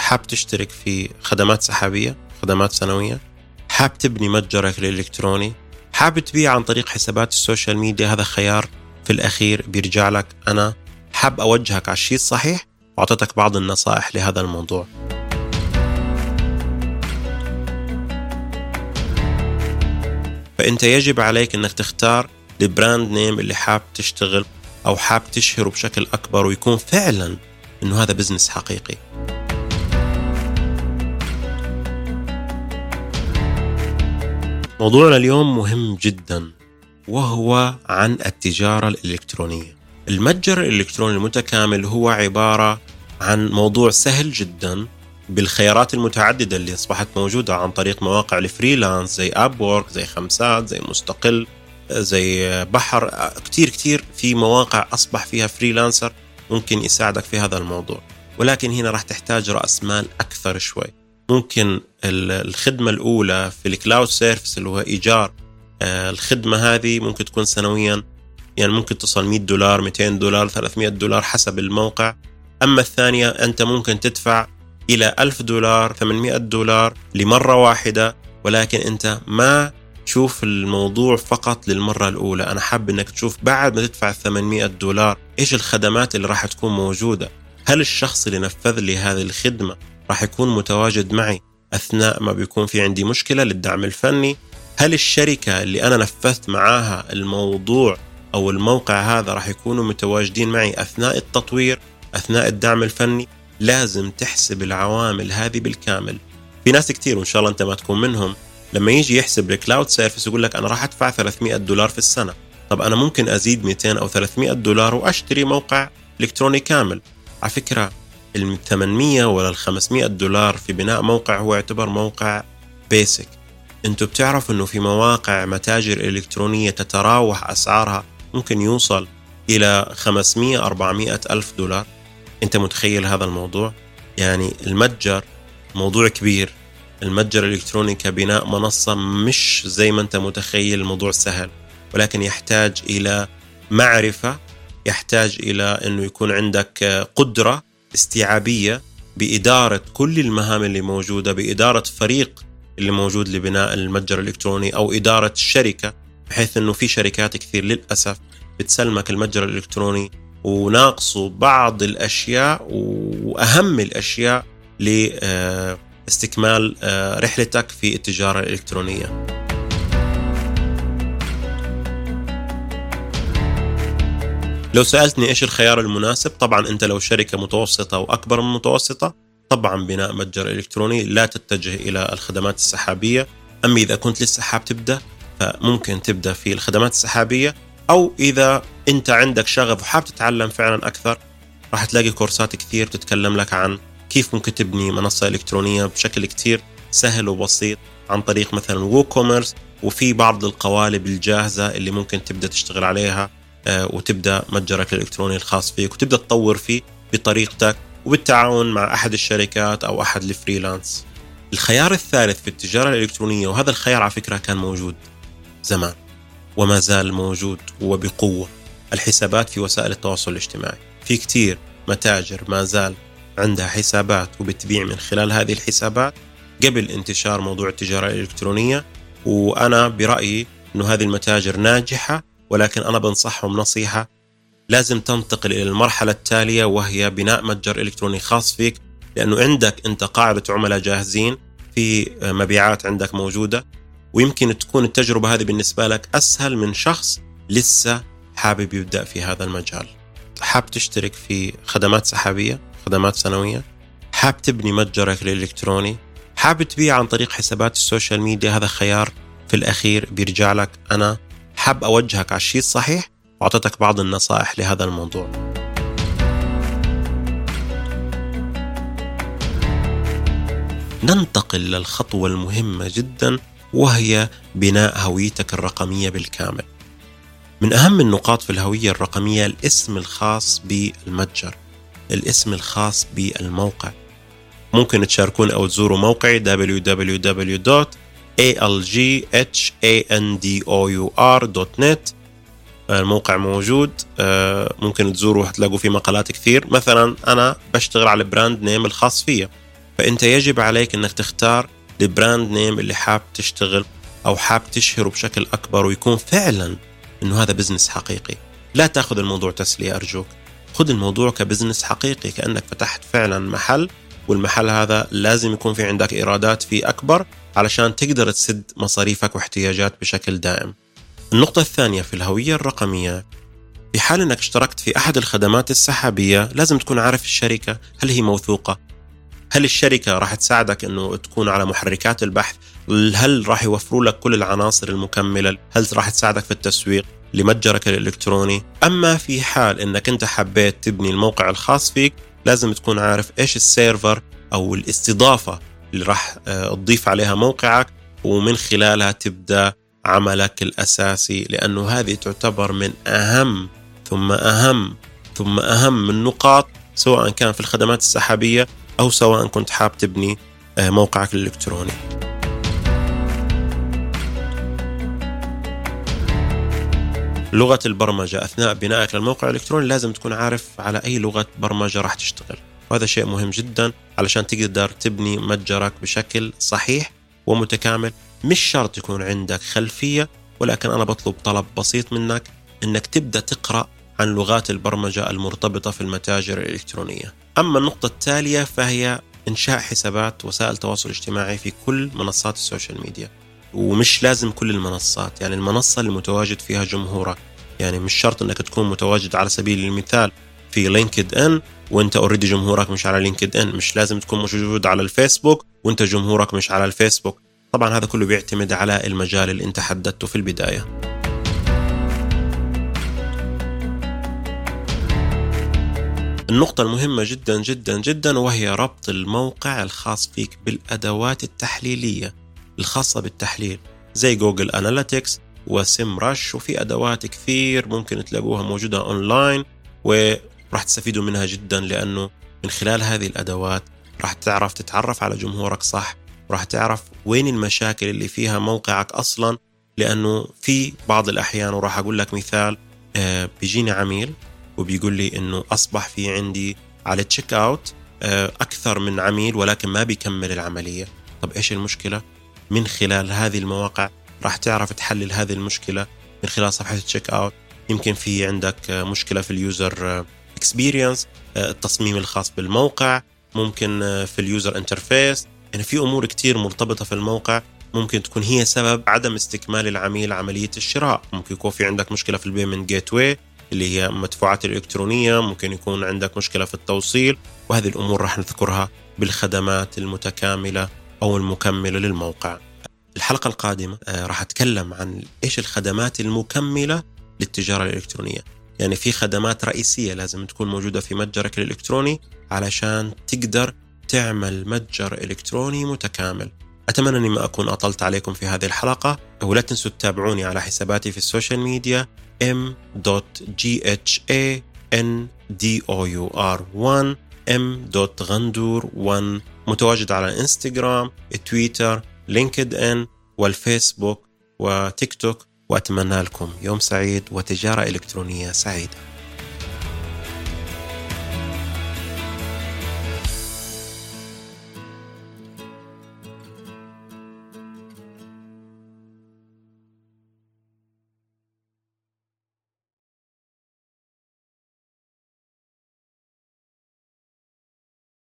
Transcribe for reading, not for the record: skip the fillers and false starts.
حاب تشترك في خدمات سحابية، خدمات سنوية، حاب تبني متجرك الإلكتروني، حاب تبيع عن طريق حسابات السوشيال ميديا، هذا خيار في الأخير بيرجع لك. أنا حاب أوجهك على الشيء الصحيح وأعطيتك بعض النصائح لهذا الموضوع. فأنت يجب عليك أنك تختار البراند نيم اللي حاب تشتغل أو حاب تشهره بشكل أكبر ويكون فعلا أنه هذا بزنس حقيقي. موضوعنا اليوم مهم جدا، وهو عن التجارة الإلكترونية. المتجر الإلكتروني المتكامل هو عبارة عن موضوع سهل جدا بالخيارات المتعددة اللي أصبحت موجودة عن طريق مواقع الفريلانس زي أبورك، زي خمسات، زي مستقل، زي بحر. كتير في مواقع أصبح فيها فريلانسر ممكن يساعدك في هذا الموضوع، ولكن هنا راح تحتاج رأس مال أكثر شوي. ممكن الخدمة الأولى في الكلاود سيرفيس اللي هو إيجار الخدمة هذه ممكن تكون سنويا، يعني ممكن تصل $100 $200 $300 حسب الموقع. أما الثانية أنت ممكن تدفع إلى $1000 $800 لمرة واحدة، ولكن أنت ما تشوف الموضوع فقط للمرة الأولى. أنا حاب أنك تشوف بعد ما تدفع $800 إيش الخدمات اللي راح تكون موجودة. هل الشخص اللي نفذ لي هذه الخدمة راح يكون متواجد معي أثناء ما بيكون في عندي مشكلة للدعم الفني؟ هل الشركة اللي أنا نفذت معاها الموضوع أو الموقع هذا راح يكونوا متواجدين معي أثناء التطوير، أثناء الدعم الفني؟ لازم تحسب العوامل هذه بالكامل. في ناس كتير وإن شاء الله أنت ما تكون منهم، لما يجي يحسب الكلاود سيرفيس يقول لك أنا راح أدفع $300 في السنة. طب أنا ممكن أزيد $200 أو $300 وأشتري موقع إلكتروني كامل. على فكرة $800 ولا $500 في بناء موقع هو يعتبر موقع بيسك. انتوا بتعرفوا انه في مواقع متاجر إلكترونية تتراوح أسعارها ممكن يوصل إلى $500-400 ألف. انت متخيل هذا الموضوع؟ يعني المتجر موضوع كبير. المتجر الإلكتروني كبناء منصة مش زي ما انت متخيل الموضوع سهل، ولكن يحتاج إلى معرفة، يحتاج إلى أنه يكون عندك قدرة استيعابية بإدارة كل المهام اللي موجودة، بإدارة فريق اللي موجود لبناء المتجر الإلكتروني، أو إدارة الشركة، بحيث أنه في شركات كثير للأسف بتسلمك المتجر الإلكتروني وناقصوا بعض الأشياء وأهم الأشياء لاستكمال رحلتك في التجارة الإلكترونية. لو سألتني إيش الخيار المناسب، طبعا أنت لو شركة متوسطة وأكبر من متوسطة، طبعا بناء متجر إلكتروني، لا تتجه إلى الخدمات السحابية. أما إذا كنت لسه حاب تبدأ فممكن تبدأ في الخدمات السحابية، أو إذا أنت عندك شغف وحاب تتعلم فعلا أكثر، راح تلاقي كورسات كثير تتكلم لك عن كيف ممكن تبني منصة إلكترونية بشكل كثير سهل وبسيط عن طريق مثلا ووكوميرس، وفي بعض القوالب الجاهزة اللي ممكن تبدأ تشتغل عليها وتبدأ متجرك الإلكتروني الخاص فيك وتبدأ تطور فيه بطريقتك وبالتعاون مع أحد الشركات أو أحد الفريلانس. الخيار الثالث في التجارة الإلكترونية، وهذا الخيار على فكرة كان موجود زمان وما زال موجود وبقوة، الحسابات في وسائل التواصل الاجتماعي. في كتير متاجر ما زال عندها حسابات وبتبيع من خلال هذه الحسابات قبل انتشار موضوع التجارة الإلكترونية، وأنا برأيي أنه هذه المتاجر ناجحة، ولكن أنا بنصحهم نصيحة: لازم تنتقل إلى المرحلة التالية، وهي بناء متجر إلكتروني خاص فيك، لأنه عندك أنت قاعدة عملاء جاهزين، في مبيعات عندك موجودة، ويمكن تكون التجربة هذه بالنسبة لك أسهل من شخص لسه حابب يبدأ في هذا المجال. حاب تشترك في خدمات سحابية، خدمات سنوية، حاب تبني متجرك الإلكتروني، حاب تبيع عن طريق حسابات السوشيال ميديا، هذا خيار في الأخير بيرجع لك. أنا حاب أوجهك على الشيء الصحيح وأعطيتك بعض النصائح لهذا الموضوع. ننتقل للخطوة المهمة جدا، وهي بناء هويتك الرقمية بالكامل. من أهم النقاط في الهوية الرقمية الاسم الخاص بالمتجر، الاسم الخاص بالموقع. ممكن تشاركون أو تزوروا موقعي www.alghandour.net. الموقع موجود، ممكن تزوروا هتلاقوا فيه مقالات كثير. مثلا أنا بشتغل على براند نيم الخاص فيه، فأنت يجب عليك أنك تختار البراند نيم اللي حاب تشتغل أو حاب تشهره بشكل أكبر ويكون فعلا أنه هذا بزنس حقيقي. لا تأخذ الموضوع تسلية أرجوك، خذ الموضوع كبزنس حقيقي، كأنك فتحت فعلا محل، والمحل هذا لازم يكون في عندك إيرادات فيه أكبر علشان تقدر تسد مصاريفك واحتياجات بشكل دائم. النقطة الثانية في الهوية الرقمية، في حال أنك اشتركت في أحد الخدمات السحابية لازم تكون عارف الشركة هل هي موثوقة، هل الشركة راح تساعدك أنه تكون على محركات البحث، هل راح يوفروا لك كل العناصر المكملة، هل راح تساعدك في التسويق لمتجرك الإلكتروني. أما في حال أنك أنت حبيت تبني الموقع الخاص فيك لازم تكون عارف إيش السيرفر أو الاستضافة اللي راح تضيف عليها موقعك، ومن خلالها تبدأ عملك الأساسي، لأنه هذه تعتبر من أهم ثم أهم ثم أهم النقاط، سواء كان في الخدمات السحابية أو سواء كنت حاب تبني موقعك الإلكتروني. لغة البرمجة أثناء بنائك للموقع الإلكتروني لازم تكون عارف على أي لغة برمجة راح تشتغل، وهذا شيء مهم جدا علشان تقدر تبني متجرك بشكل صحيح ومتكامل. مش شرط يكون عندك خلفية، ولكن أنا بطلب طلب بسيط منك أنك تبدأ تقرأ عن لغات البرمجة المرتبطة في المتاجر الإلكترونية. أما النقطة التالية فهي إنشاء حسابات وسائل تواصل اجتماعي في كل منصات السوشيال ميديا، ومش لازم كل المنصات، يعني المنصة اللي متواجد فيها جمهورك. يعني مش شرط أنك تكون متواجد على سبيل المثال في لينكد إن وانت اوريدي جمهورك مش على لينكد إن، مش لازم تكون موجود على الفيسبوك وانت جمهورك مش على الفيسبوك. طبعا هذا كله بيعتمد على المجال اللي انت حددته في البداية. النقطة المهمة جدا جدا جدا وهي ربط الموقع الخاص فيك بالأدوات التحليلية الخاصة بالتحليل زي جوجل أناليتكس وسيم رش، وفي أدوات كثير ممكن تلاقوها موجودة أونلاين وراح تستفيدوا منها جدا، لأنه من خلال هذه الأدوات راح تعرف تتعرف على جمهورك صح، وراح تعرف وين المشاكل اللي فيها موقعك أصلا. لأنه في بعض الأحيان، وراح أقول لك مثال، بيجيني عميل وبيقول لي إنه أصبح في عندي على تشيك أوت أكثر من عميل ولكن ما بيكمل العملية. طب إيش المشكلة؟ من خلال هذه المواقع راح تعرف تحلل هذه المشكلة من خلال صفحة تشيك أوت. يمكن في عندك مشكلة في اليوزر اكسبيرينس، التصميم الخاص بالموقع، ممكن في اليوزر انترفيس، يعني في أمور كتير مرتبطة في الموقع ممكن تكون هي سبب عدم استكمال العميل عملية الشراء. ممكن يكون في عندك مشكلة في البيمنت جيت واي اللي هي مدفوعات الإلكترونية، ممكن يكون عندك مشكلة في التوصيل، وهذه الأمور راح نذكرها بالخدمات المتكاملة أو المكملة للموقع. الحلقة القادمة راح أتكلم عن إيش الخدمات المكملة للتجارة الإلكترونية. يعني في خدمات رئيسية لازم تكون موجودة في متجرك الإلكتروني علشان تقدر تعمل متجر إلكتروني متكامل. أتمنى أني ما أكون أطلت عليكم في هذه الحلقة، ولا تنسوا تتابعوني على حساباتي في السوشيال ميديا m.ghandour1 m.ghandour1، متواجد على انستغرام، تويتر، لينكد إن والفيسبوك وتيك توك. وأتمنى لكم يوم سعيد وتجارة إلكترونية سعيدة.